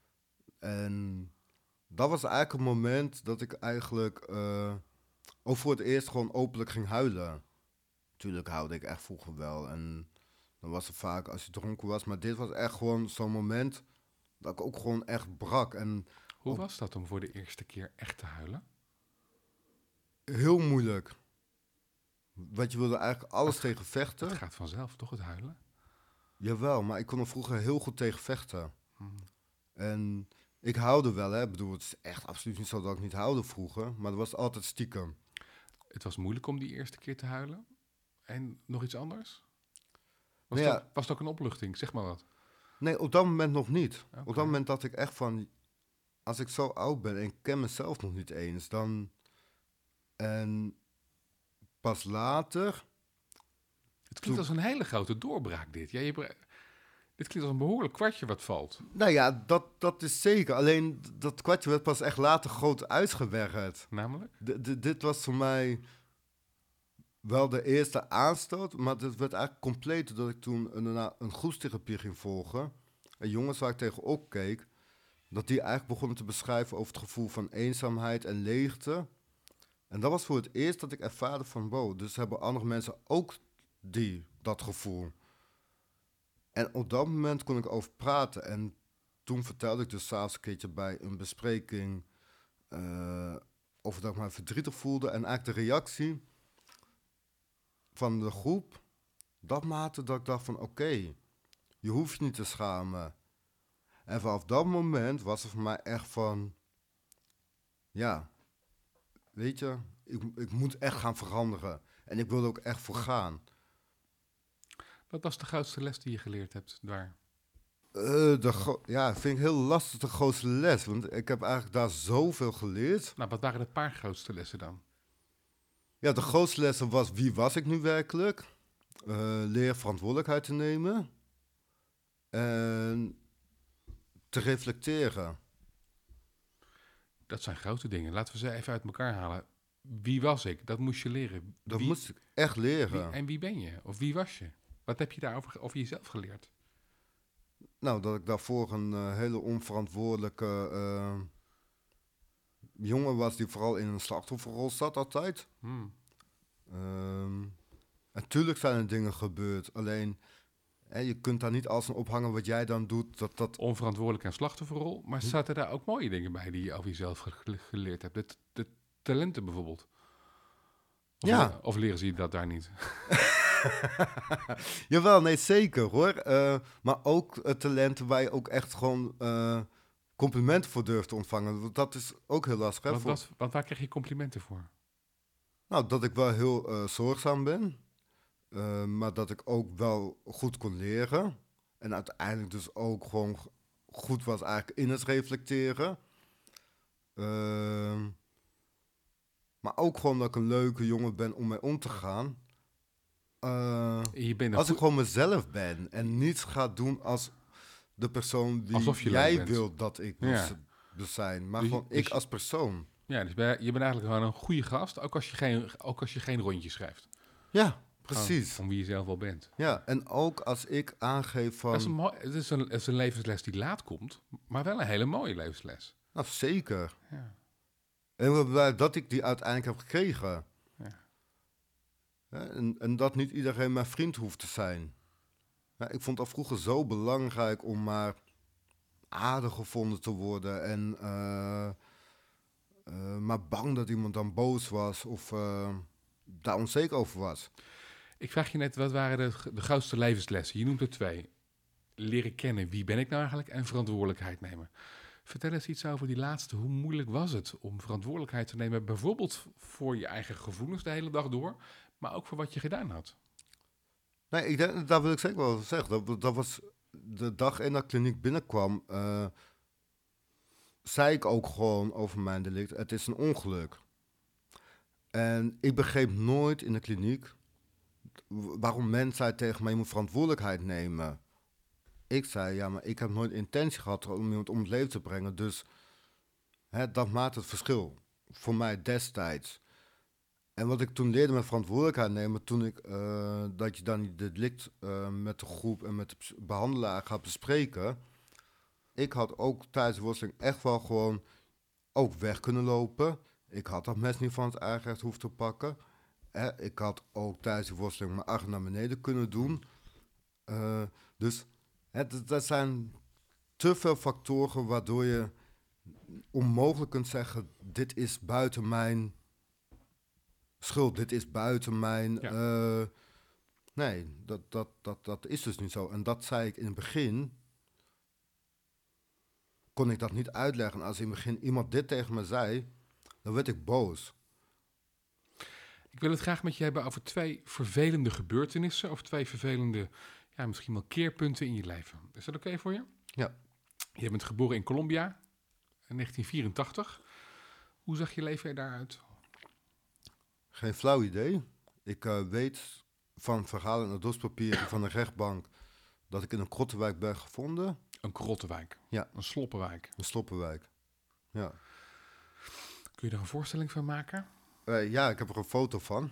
En dat was eigenlijk het moment dat ik eigenlijk ook voor het eerst gewoon openlijk ging huilen. Tuurlijk huilde ik echt vroeger wel. En dan was het vaak als je dronken was. Maar dit was echt gewoon zo'n moment dat ik ook gewoon echt brak. En Hoe was dat om voor de eerste keer echt te huilen? heel moeilijk. Want je wilde eigenlijk alles tegen vechten. Het gaat vanzelf, toch, het huilen? Jawel, maar ik kon er vroeger heel goed tegen vechten. En ik huilde wel, hè. Ik bedoel, het is echt absoluut niet zo dat ik niet huilde vroeger. Maar dat was altijd stiekem. Het was moeilijk om die eerste keer te huilen? En nog iets anders? Was het ook een opluchting? Zeg maar wat. Nee, op dat moment nog niet. Okay. Op dat moment dacht ik echt van, als ik zo oud ben en ik ken mezelf nog niet eens, dan... En pas later... Het klinkt als een hele grote doorbraak dit. Ja, dit klinkt als een behoorlijk kwartje wat valt. Nou ja, dat is zeker. Alleen dat kwartje werd pas echt later groot uitgewerkt. Namelijk? Dit was voor mij wel de eerste aanstoot, maar het werd eigenlijk compleet doordat ik toen een groepstherapie ging volgen. En jongens waar ik tegenop keek, dat die eigenlijk begonnen te beschrijven over het gevoel van eenzaamheid en leegte. En dat was voor het eerst dat ik ervaarde van, wow, dus hebben andere mensen ook dat gevoel. En op dat moment kon ik over praten. En toen vertelde ik dus s'avonds een keertje bij een bespreking over dat ik me verdrietig voelde. En eigenlijk de reactie van de groep, dat maakte dat ik dacht van oké, je hoeft je niet te schamen. En vanaf dat moment was het voor mij echt van, ja, weet je, ik moet echt gaan veranderen. En ik wil er ook echt voor gaan. Wat was de grootste les die je geleerd hebt daar? Vind ik heel lastig de grootste les. Want ik heb eigenlijk daar zoveel geleerd. Nou, wat waren de paar grootste lessen dan? Ja, de grootste lessen was, wie was ik nu werkelijk? Leer verantwoordelijkheid te nemen. En te reflecteren. Dat zijn grote dingen. Laten we ze even uit elkaar halen. Wie was ik? Dat moest je leren. Dat moest ik echt leren. En wie ben je? Of wie was je? Wat heb je daarover over jezelf geleerd? Nou, dat ik daarvoor een hele onverantwoordelijke jongen was die vooral in een slachtofferrol zat altijd. En tuurlijk zijn er dingen gebeurd. Alleen, je kunt daar niet als een ophangen wat jij dan doet. Dat Onverantwoordelijk en slachtofferrol. Maar zaten daar ook mooie dingen bij die je over jezelf geleerd hebt? De talenten bijvoorbeeld. Of leren ze je dat daar niet? Jawel, nee, zeker hoor. Maar ook talenten waar je ook echt gewoon complimenten voor durft te ontvangen. Want dat is ook heel lastig. Hè, Want waar krijg je complimenten voor? Nou, dat ik wel heel zorgzaam ben. Maar dat ik ook wel goed kon leren. En uiteindelijk dus ook gewoon goed was eigenlijk in het reflecteren. Maar ook gewoon dat ik een leuke jongen ben om mee om te gaan. Als ik gewoon mezelf ben en niets ga doen als de persoon die jij wilt dat ik dus zijn. Maar gewoon ik als persoon. Ja, dus je bent eigenlijk gewoon een goede gast, ook als je geen rondjes schrijft. Ja, precies. Van wie je zelf wel bent. Ja, en ook als ik aangeef van... Het is een levensles die laat komt, maar wel een hele mooie levensles. Nou, zeker. Ja. En dat ik die uiteindelijk heb gekregen. Ja. En dat niet iedereen mijn vriend hoeft te zijn. Ja, ik vond dat vroeger zo belangrijk om maar aardig gevonden te worden. En maar bang dat iemand dan boos was of daar onzeker over was. Ik vraag je net, wat waren de grootste levenslessen? Je noemt er 2. Leren kennen, wie ben ik nou eigenlijk? En verantwoordelijkheid nemen. Vertel eens iets over die laatste. Hoe moeilijk was het om verantwoordelijkheid te nemen? Bijvoorbeeld voor je eigen gevoelens de hele dag door, maar ook voor wat je gedaan had. Nee, daar wil ik zeker wel zeggen. Dat was de dag in de kliniek binnenkwam. Zei ik ook gewoon over mijn delict. Het is een ongeluk. En ik begreep nooit in de kliniek waarom mensen zei tegen mij, je moet verantwoordelijkheid nemen. Ik zei, ja, maar ik heb nooit intentie gehad om iemand om het leven te brengen. Dus dat maakt het verschil. Voor mij destijds. En wat ik toen leerde met verantwoordelijkheid nemen, toen ik dat je dan het delict met de groep en met de behandelaar gaat bespreken. Ik had ook tijdens de worsteling echt wel gewoon ook weg kunnen lopen. Ik had dat mes niet van het aangerecht hoeven te pakken. Ik had ook tijdens de worsteling mijn arm naar beneden kunnen doen. Dus dat zijn te veel factoren waardoor je onmogelijk kunt zeggen, dit is buiten mijn schuld, dit is buiten mijn... Ja. Nee, dat is dus niet zo. En dat zei ik in het begin, kon ik dat niet uitleggen. Als in het begin iemand dit tegen me zei, dan werd ik boos. Ik wil het graag met je hebben over 2 vervelende gebeurtenissen, of 2 vervelende, misschien wel keerpunten in je leven. Is dat oké voor je? Ja. Je bent geboren in Colombia in 1984. Hoe zag je leven er daaruit? Geen flauw idee. Ik weet van verhalen en dospapieren van de rechtbank dat ik in een krottenwijk ben gevonden. Een krottenwijk? Ja. Een sloppenwijk? Een sloppenwijk, ja. Kun je er een voorstelling van maken? Ja, ik heb er een foto van.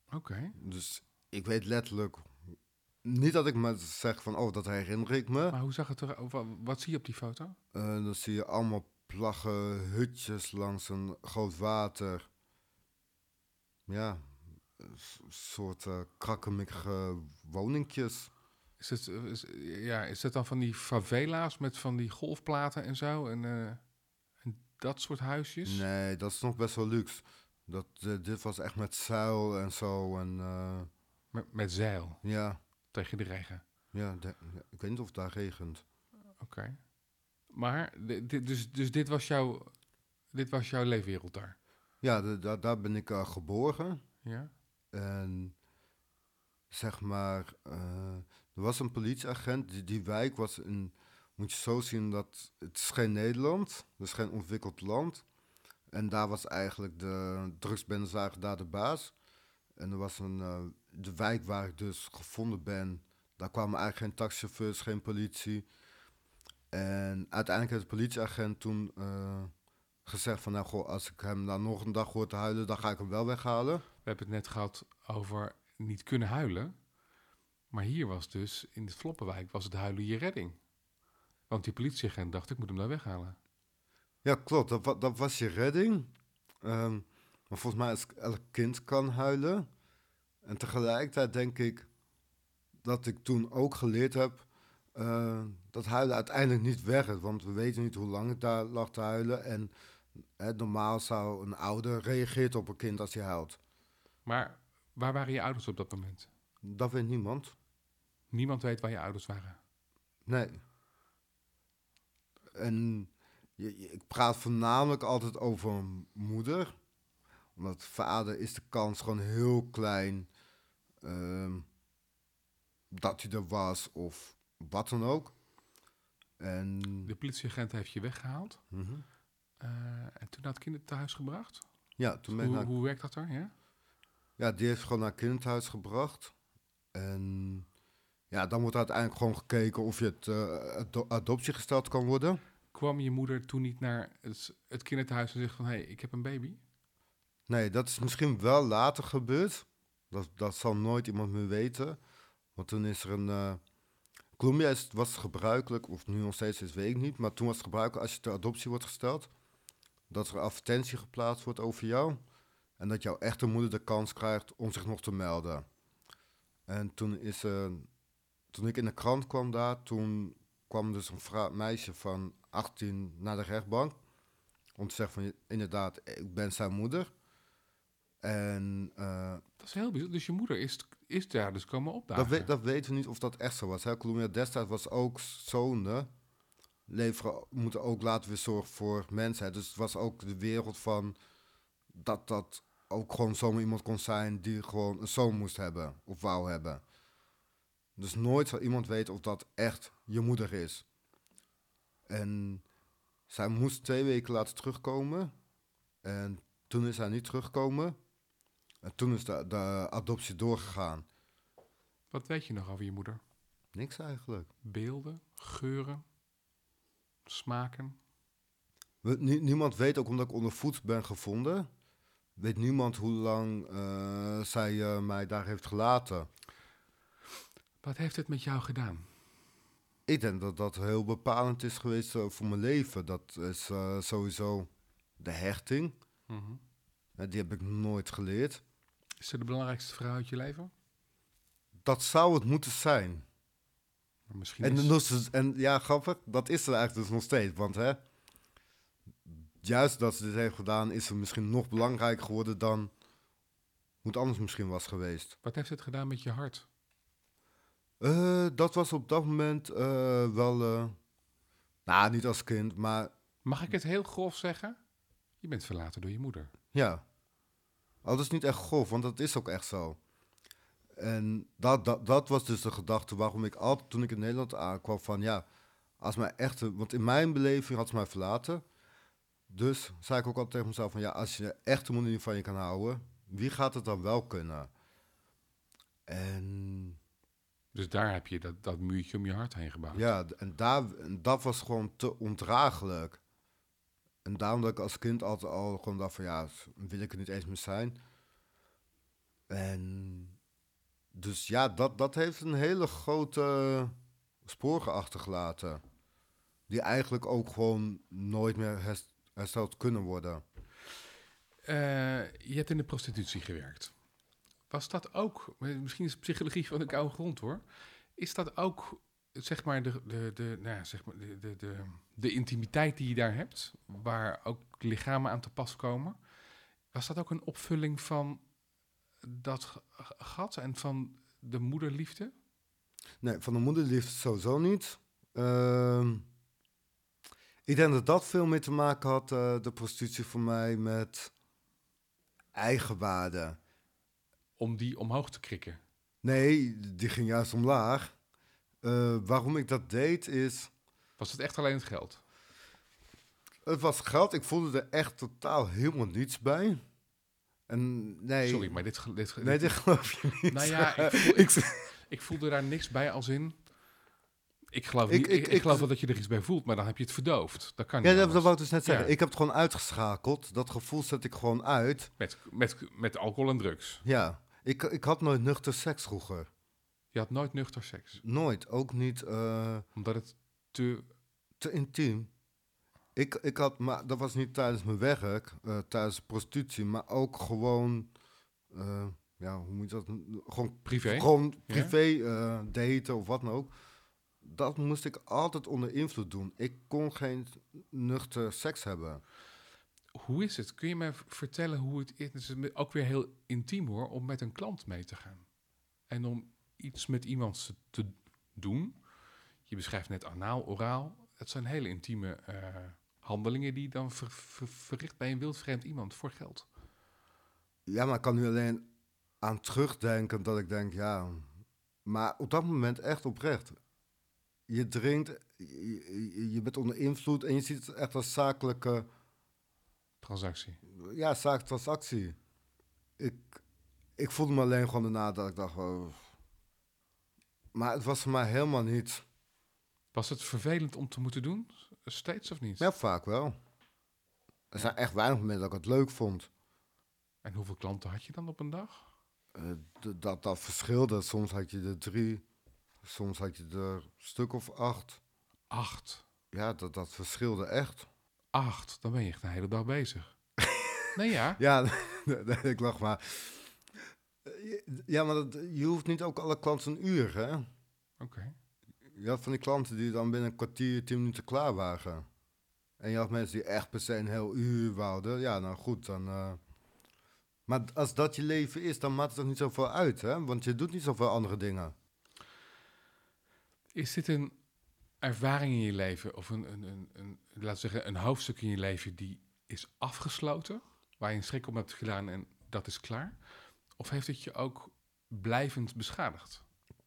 Oké. Dus ik weet letterlijk... Niet dat ik me zeg van, dat herinner ik me. Maar hoe zag het er... Wat zie je op die foto? Dan zie je allemaal plaggen, hutjes langs een groot water. Ja, soort krakkemikkige woningjes. Is het dan van die favela's met van die golfplaten en zo? En dat soort huisjes? Nee, dat is nog best wel luxe. Dit was echt met zuil en zo. En, Met zeil ja, tegen de regen. ja, ik weet niet of het daar regent. Oké. Maar, dus dit was jouw leefwereld daar? Ja, daar ben ik geboren. Ja? En zeg maar, er was een politieagent. Die wijk was moet je zo zien dat het is geen Nederland, dus geen ontwikkeld land. En daar was eigenlijk de drugsbendes waren daar de baas. En er was de wijk waar ik dus gevonden ben, daar kwamen eigenlijk geen taxichauffeurs, geen politie. En uiteindelijk heeft de politieagent toen gezegd van, nou goh, als ik hem dan nog een dag hoor te huilen, dan ga ik hem wel weghalen. We hebben het net gehad over niet kunnen huilen. Maar hier was dus, in de Floppenwijk, was het huilen je redding. Want die politieagent dacht, ik moet hem daar weghalen. Ja, klopt, dat was je redding. Maar volgens mij is elk kind kan huilen. En tegelijkertijd denk ik dat ik toen ook geleerd heb dat huilen uiteindelijk niet werkt. Want we weten niet hoe lang ik daar lag te huilen. En normaal zou een ouder reageert op een kind als hij huilt. Maar waar waren je ouders op dat moment? Dat weet niemand. Niemand weet waar je ouders waren. Nee. En ik praat voornamelijk altijd over moeder. Omdat vader is de kans gewoon heel klein dat hij er was of wat dan ook. En De politieagent heeft je weggehaald. En toen naar het kinderthuis gebracht. ja, toen ben ik Hoe werkt dat er? Ja? ja, die heeft gewoon naar het kinderthuis gebracht. En ja, dan wordt uiteindelijk gewoon gekeken of je het adoptie gesteld kan worden. Kwam je moeder toen niet naar het kinderthuis en zegt van... hé, ik heb een baby? Nee, dat is misschien wel later gebeurd. Dat zal nooit iemand meer weten. Want toen is er Colombia was gebruikelijk, of nu nog steeds is, weet ik niet. Maar toen was het gebruikelijk als je ter adoptie wordt gesteld, dat er een advertentie geplaatst wordt over jou. En dat jouw echte moeder de kans krijgt om zich nog te melden. En toen ik in de krant kwam daar, toen kwam dus een meisje van 18 naar de rechtbank. Om te zeggen van, inderdaad, ik ben zijn moeder. En Dat is heel bijzonder. Dus je moeder is daar dus komen opdagen. dat weten we niet of dat echt zo was. Hè? Colombia destijds was ook zonen. Moeten ook later weer zorgen voor mensheid. Dus het was ook de wereld van dat ook gewoon zomaar iemand kon zijn die gewoon een zoon moest hebben of wou hebben. Dus nooit zal iemand weten of dat echt je moeder is. En zij moest 2 weken later terugkomen. En toen is hij niet teruggekomen. En toen is de adoptie doorgegaan. Wat weet je nog over je moeder? Niks eigenlijk. Beelden, geuren, smaken. Niemand weet, ook omdat ik onder voet ben gevonden, weet niemand hoe lang zij mij daar heeft gelaten. Wat heeft het met jou gedaan? Ik denk dat dat heel bepalend is geweest voor mijn leven. Dat is sowieso de hechting. Die heb ik nooit geleerd. Is ze de belangrijkste vrouw uit je leven? Dat zou het moeten zijn. Maar misschien En ja, grappig, dat is er eigenlijk dus nog steeds. Want juist dat ze dit heeft gedaan, is ze misschien nog belangrijker geworden dan hoe het anders misschien was geweest. Wat heeft het gedaan met je hart? Dat was op dat moment wel... nou, niet als kind, maar Mag ik het heel grof zeggen? Je bent verlaten door je moeder. ja. Oh, dat is niet echt grof, want dat is ook echt zo. En dat was dus de gedachte waarom ik altijd, toen ik in Nederland aankwam, van ja, als mijn echte... Want in mijn beleving had ze mij verlaten. Dus zei ik ook altijd tegen mezelf van ja, als je echte moeder niet van je kan houden, wie gaat het dan wel kunnen? En Dus daar heb je dat muurtje om je hart heen gebouwd. ja, en dat was gewoon te ondraaglijk. En daarom dat ik als kind altijd al gewoon dacht van ja, wil ik er niet eens meer zijn. En dus ja, dat heeft een hele grote sporen achtergelaten. Die eigenlijk ook gewoon nooit meer hersteld kunnen worden. Je hebt in de prostitutie gewerkt. Was dat ook, misschien is het psychologie van de koude grond hoor, is dat ook zeg maar nou ja, zeg maar de intimiteit die je daar hebt, waar ook lichamen aan te pas komen, was dat ook een opvulling van dat gat en van de moederliefde? Nee, van de moederliefde sowieso niet. Ehm, ik denk dat dat veel meer te maken had, de prostitutie voor mij, met eigenwaarde. Om die omhoog te krikken. Nee, die ging juist omlaag. Waarom ik dat deed is... Was het echt alleen het geld? Het was geld, ik voelde er echt totaal helemaal niets bij. En nee... Sorry, maar Nee, dit geloof je niet. Nou ja, ik voelde daar niks bij als in... Ik geloof, ik geloof wel dat je er iets bij voelt, maar dan heb je het verdoofd. Dat kan niet. Ja, dat wou ik dus net zeggen. Ja. Ik heb het gewoon uitgeschakeld. Dat gevoel zet ik gewoon uit. Met alcohol en drugs. Ja, ik had nooit nuchter seks vroeger. Je had nooit nuchter seks. Nooit, ook niet Omdat het te... te intiem. Ik had, maar dat was niet tijdens mijn werk, tijdens de prostitutie, maar ook gewoon, ja, hoe moet je dat? Gewoon Privé? Gewoon privé daten of wat dan ook. Dat moest ik altijd onder invloed doen. Ik kon geen nuchter seks hebben. Hoe is het? Kun je me vertellen hoe het is? Het is ook weer heel intiem hoor, om met een klant mee te gaan. En om iets met iemand te doen. Je beschrijft net anaal, oraal. Het zijn hele intieme handelingen die je dan verricht bij een wildvreemd iemand voor geld. Ja, maar ik kan nu alleen aan terugdenken dat ik denk, ja... Maar op dat moment echt oprecht. Je drinkt, je bent onder invloed en je ziet het echt als zakelijke... Transactie. Ja, zaaktransactie. Ik voelde me alleen gewoon daarna dat ik dacht... Maar het was voor mij helemaal niet... Was het vervelend om te moeten doen? Steeds of niet? Ja, vaak wel. Er zijn echt weinig momenten dat ik het leuk vond. En hoeveel klanten had je dan op een dag? Dat verschilde. Soms had je er 3, soms had je er een stuk of 8. 8. Ja, dat verschilde echt. 8, dan ben je echt een hele dag bezig. Nee, ja. Ja, ik lach maar. Ja, maar je hoeft niet ook alle klanten een uur, hè? Oké. Je had van die klanten die dan binnen een kwartier, 10 minuten klaar waren. En je had mensen die echt per se een heel uur wouden. Ja, nou goed, dan... Maar als dat je leven is, dan maakt het toch niet zoveel uit, hè? Want je doet niet zoveel andere dingen. Is dit een ervaring in je leven, of laten we zeggen, een hoofdstuk in je leven die is afgesloten, waar je een schrik om hebt gedaan en dat is klaar? Of heeft het je ook blijvend beschadigd?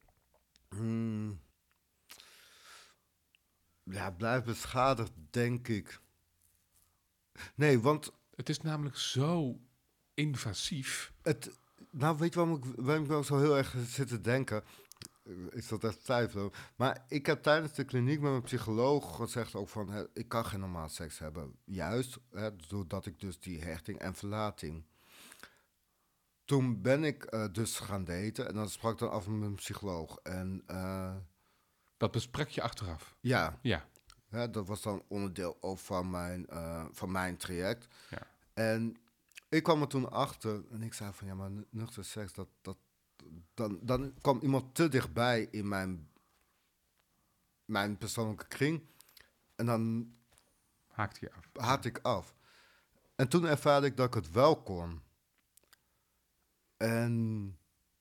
Ja, blijft beschadigd, denk ik. Nee, want... Het is namelijk zo invasief. Nou, weet je waarom ik wel zo heel erg zit te denken? Ik zat echt twijfelen. Maar ik heb tijdens de kliniek met mijn psycholoog gezegd ook van... ik kan geen normaal seks hebben. Juist, doordat ik dus die hechting en verlating... Toen ben ik dus gaan daten en dan sprak ik dan af met mijn psycholoog. En Dat besprak je achteraf. ja, Ja. dat was dan onderdeel ook van mijn traject. Ja. En ik kwam er toen achter en ik zei van ja, maar nuchter seks, dan kwam iemand te dichtbij in mijn persoonlijke kring. En dan Haakte je af. haat ik af. En toen ervaarde ik dat ik het wel kon. En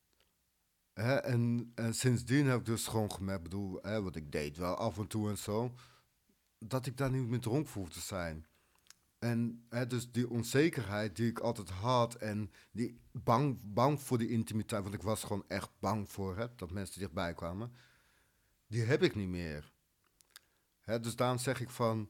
sindsdien heb ik dus gewoon gemerkt, wat ik deed wel af en toe en zo, dat ik daar niet meer dronken voor hoef te zijn. En dus die onzekerheid die ik altijd had en die bang voor die intimiteit, want ik was gewoon echt bang voor dat mensen dichtbij kwamen, die heb ik niet meer. Dus daarom zeg ik van,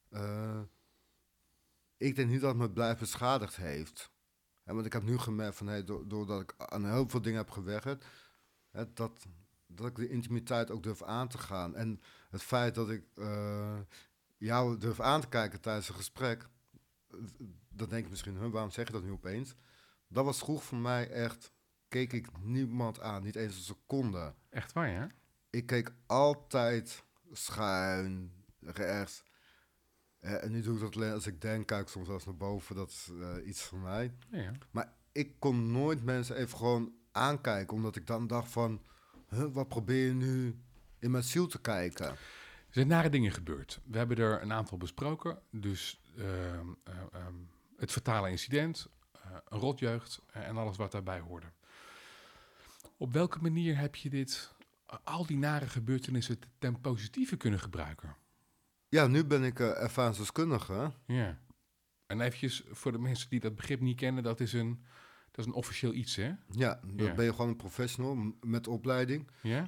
ik denk niet dat het me blijft beschadigd heeft. Want ik heb nu gemerkt van, doordat ik aan heel veel dingen heb gewerkt, dat ik de intimiteit ook durf aan te gaan. En het feit dat ik jou durf aan te kijken tijdens een gesprek, dan denk ik misschien, waarom zeg je dat nu opeens? Dat was vroeg voor mij echt keek ik niemand aan. Niet eens een seconde. Echt waar, hè? Ik keek altijd schuin, rechts. En nu doe ik dat alleen als ik denk, kijk soms wel eens naar boven. Dat is iets van mij. Ja. Maar ik kon nooit mensen even gewoon aankijken. Omdat ik dan dacht van, wat probeer je nu in mijn ziel te kijken? Er zijn nare dingen gebeurd. We hebben er een aantal besproken. Dus het fatale incident, een rotjeugd en alles wat daarbij hoorde. Op welke manier heb je al die nare gebeurtenissen ten positieve kunnen gebruiken? Ja, nu ben ik ervaringsdeskundige. Ja. En eventjes voor de mensen die dat begrip niet kennen, dat is een officieel iets, hè? Ja, dan ben je gewoon een professional met opleiding. Ja?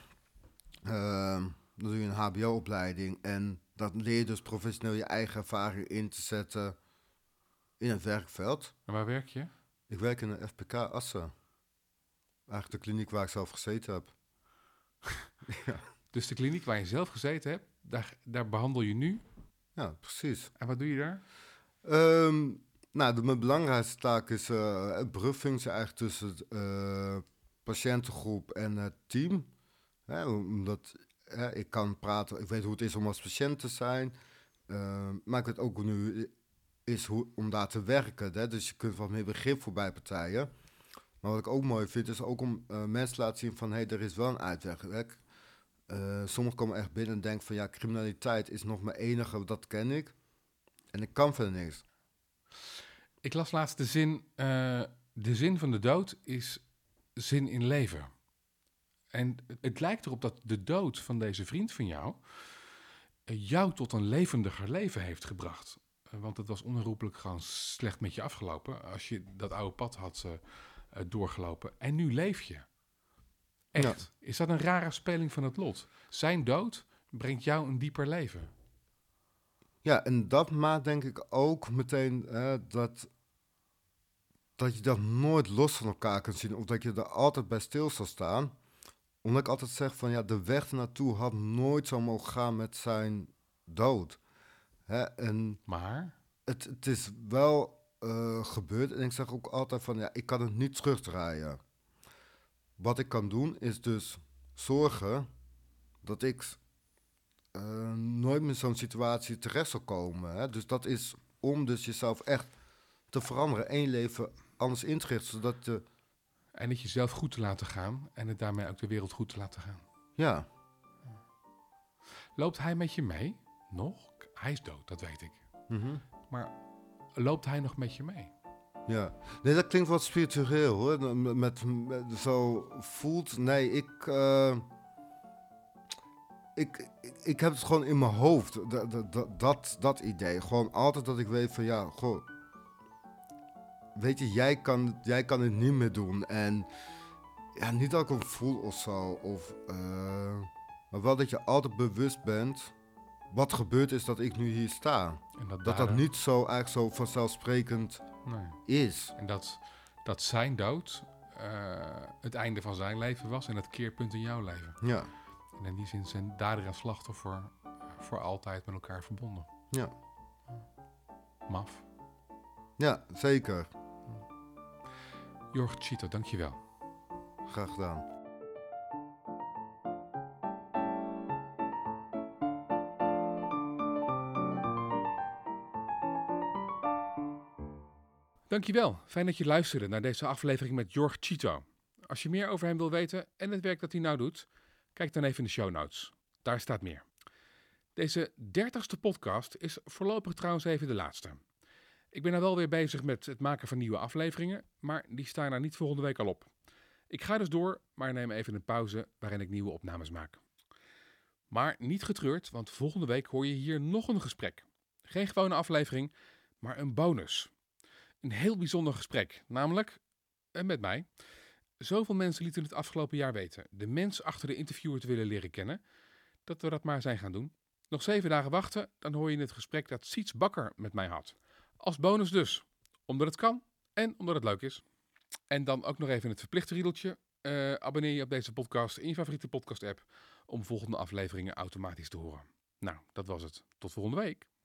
Dan doe je een hbo-opleiding en dan leer je dus professioneel je eigen ervaring in te zetten in het werkveld. En waar werk je? Ik werk in een FPK Assen. Eigenlijk de kliniek waar ik zelf gezeten heb. Ja. Dus de kliniek waar je zelf gezeten hebt, daar behandel je nu. Ja, precies. En wat doe je daar? Mijn belangrijkste taak is brugfunctie eigenlijk tussen patiëntengroep en het team. Omdat ik kan praten, ik weet hoe het is om als patiënt te zijn. Maar ik weet ook hoe nu is om daar te werken. Hè? Dus je kunt wat meer begrip voor bij partijen. Maar wat ik ook mooi vind, is ook om mensen te laten zien van, er is wel een uitweg. Sommigen komen echt binnen en denken van, ja, criminaliteit is nog mijn enige, dat ken ik. En ik kan verder niks. Ik las laatst de zin, de zin van de dood is zin in leven. En het lijkt erop dat de dood van deze vriend van jou jou tot een levendiger leven heeft gebracht. Want het was onherroepelijk gewoon slecht met je afgelopen als je dat oude pad had doorgelopen. En nu leef je. Echt. Ja. Is dat een rare speling van het lot? Zijn dood brengt jou een dieper leven. Ja, en dat maakt denk ik ook meteen dat je dat nooit los van elkaar kunt zien. Of dat je er altijd bij stil zal staan. Omdat ik altijd zeg van, ja, de weg ernaartoe had nooit zo mogen gaan met zijn dood. Maar? Het is wel gebeurd. En ik zeg ook altijd van, ja, ik kan het niet terugdraaien. Wat ik kan doen is dus zorgen dat ik nooit meer in zo'n situatie terecht zal komen. Hè? Dus dat is om dus jezelf echt te veranderen. Eén leven anders in te richten, zodat de... En het jezelf goed te laten gaan en het daarmee ook de wereld goed te laten gaan. Ja. Loopt hij met je mee? Nog? Hij is dood, dat weet ik. Mm-hmm. Maar loopt hij nog met je mee? Ja. Nee, dat klinkt wat spiritueel, hoor. Met zo voelt... Nee, ik heb het gewoon in mijn hoofd. Dat idee. Gewoon altijd dat ik weet van, ja, goh... Weet je, jij kan het niet meer doen. En ja, niet dat ik hem voel of zo. Maar wel dat je altijd bewust bent... wat gebeurd is dat ik nu hier sta. En dat niet zo eigenlijk zo vanzelfsprekend is. En dat zijn dood het einde van zijn leven was... en het keerpunt in jouw leven. Ja. En in die zin zijn dader en slachtoffer voor altijd met elkaar verbonden. Ja. Maf. Ja, zeker. Jorg Tschito, dankjewel. Graag gedaan. Dankjewel. Fijn dat je luisterde naar deze aflevering met Jorg Tschito. Als je meer over hem wil weten en het werk dat hij nou doet, kijk dan even in de show notes. Daar staat meer. Deze 30ste podcast is voorlopig trouwens even de laatste. Ik ben nou wel weer bezig met het maken van nieuwe afleveringen, maar die staan er niet volgende week al op. Ik ga dus door, maar neem even een pauze waarin ik nieuwe opnames maak. Maar niet getreurd, want volgende week hoor je hier nog een gesprek. Geen gewone aflevering, maar een bonus. Een heel bijzonder gesprek, namelijk met mij. Zoveel mensen lieten het afgelopen jaar weten de mens achter de interviewer te willen leren kennen, dat we dat maar zijn gaan doen. Nog 7 dagen wachten, dan hoor je het gesprek dat Siets Bakker met mij had. Als bonus dus, omdat het kan en omdat het leuk is. En dan ook nog even het verplichte riedeltje. Abonneer je op deze podcast in je favoriete podcast app om volgende afleveringen automatisch te horen. Nou, dat was het. Tot volgende week.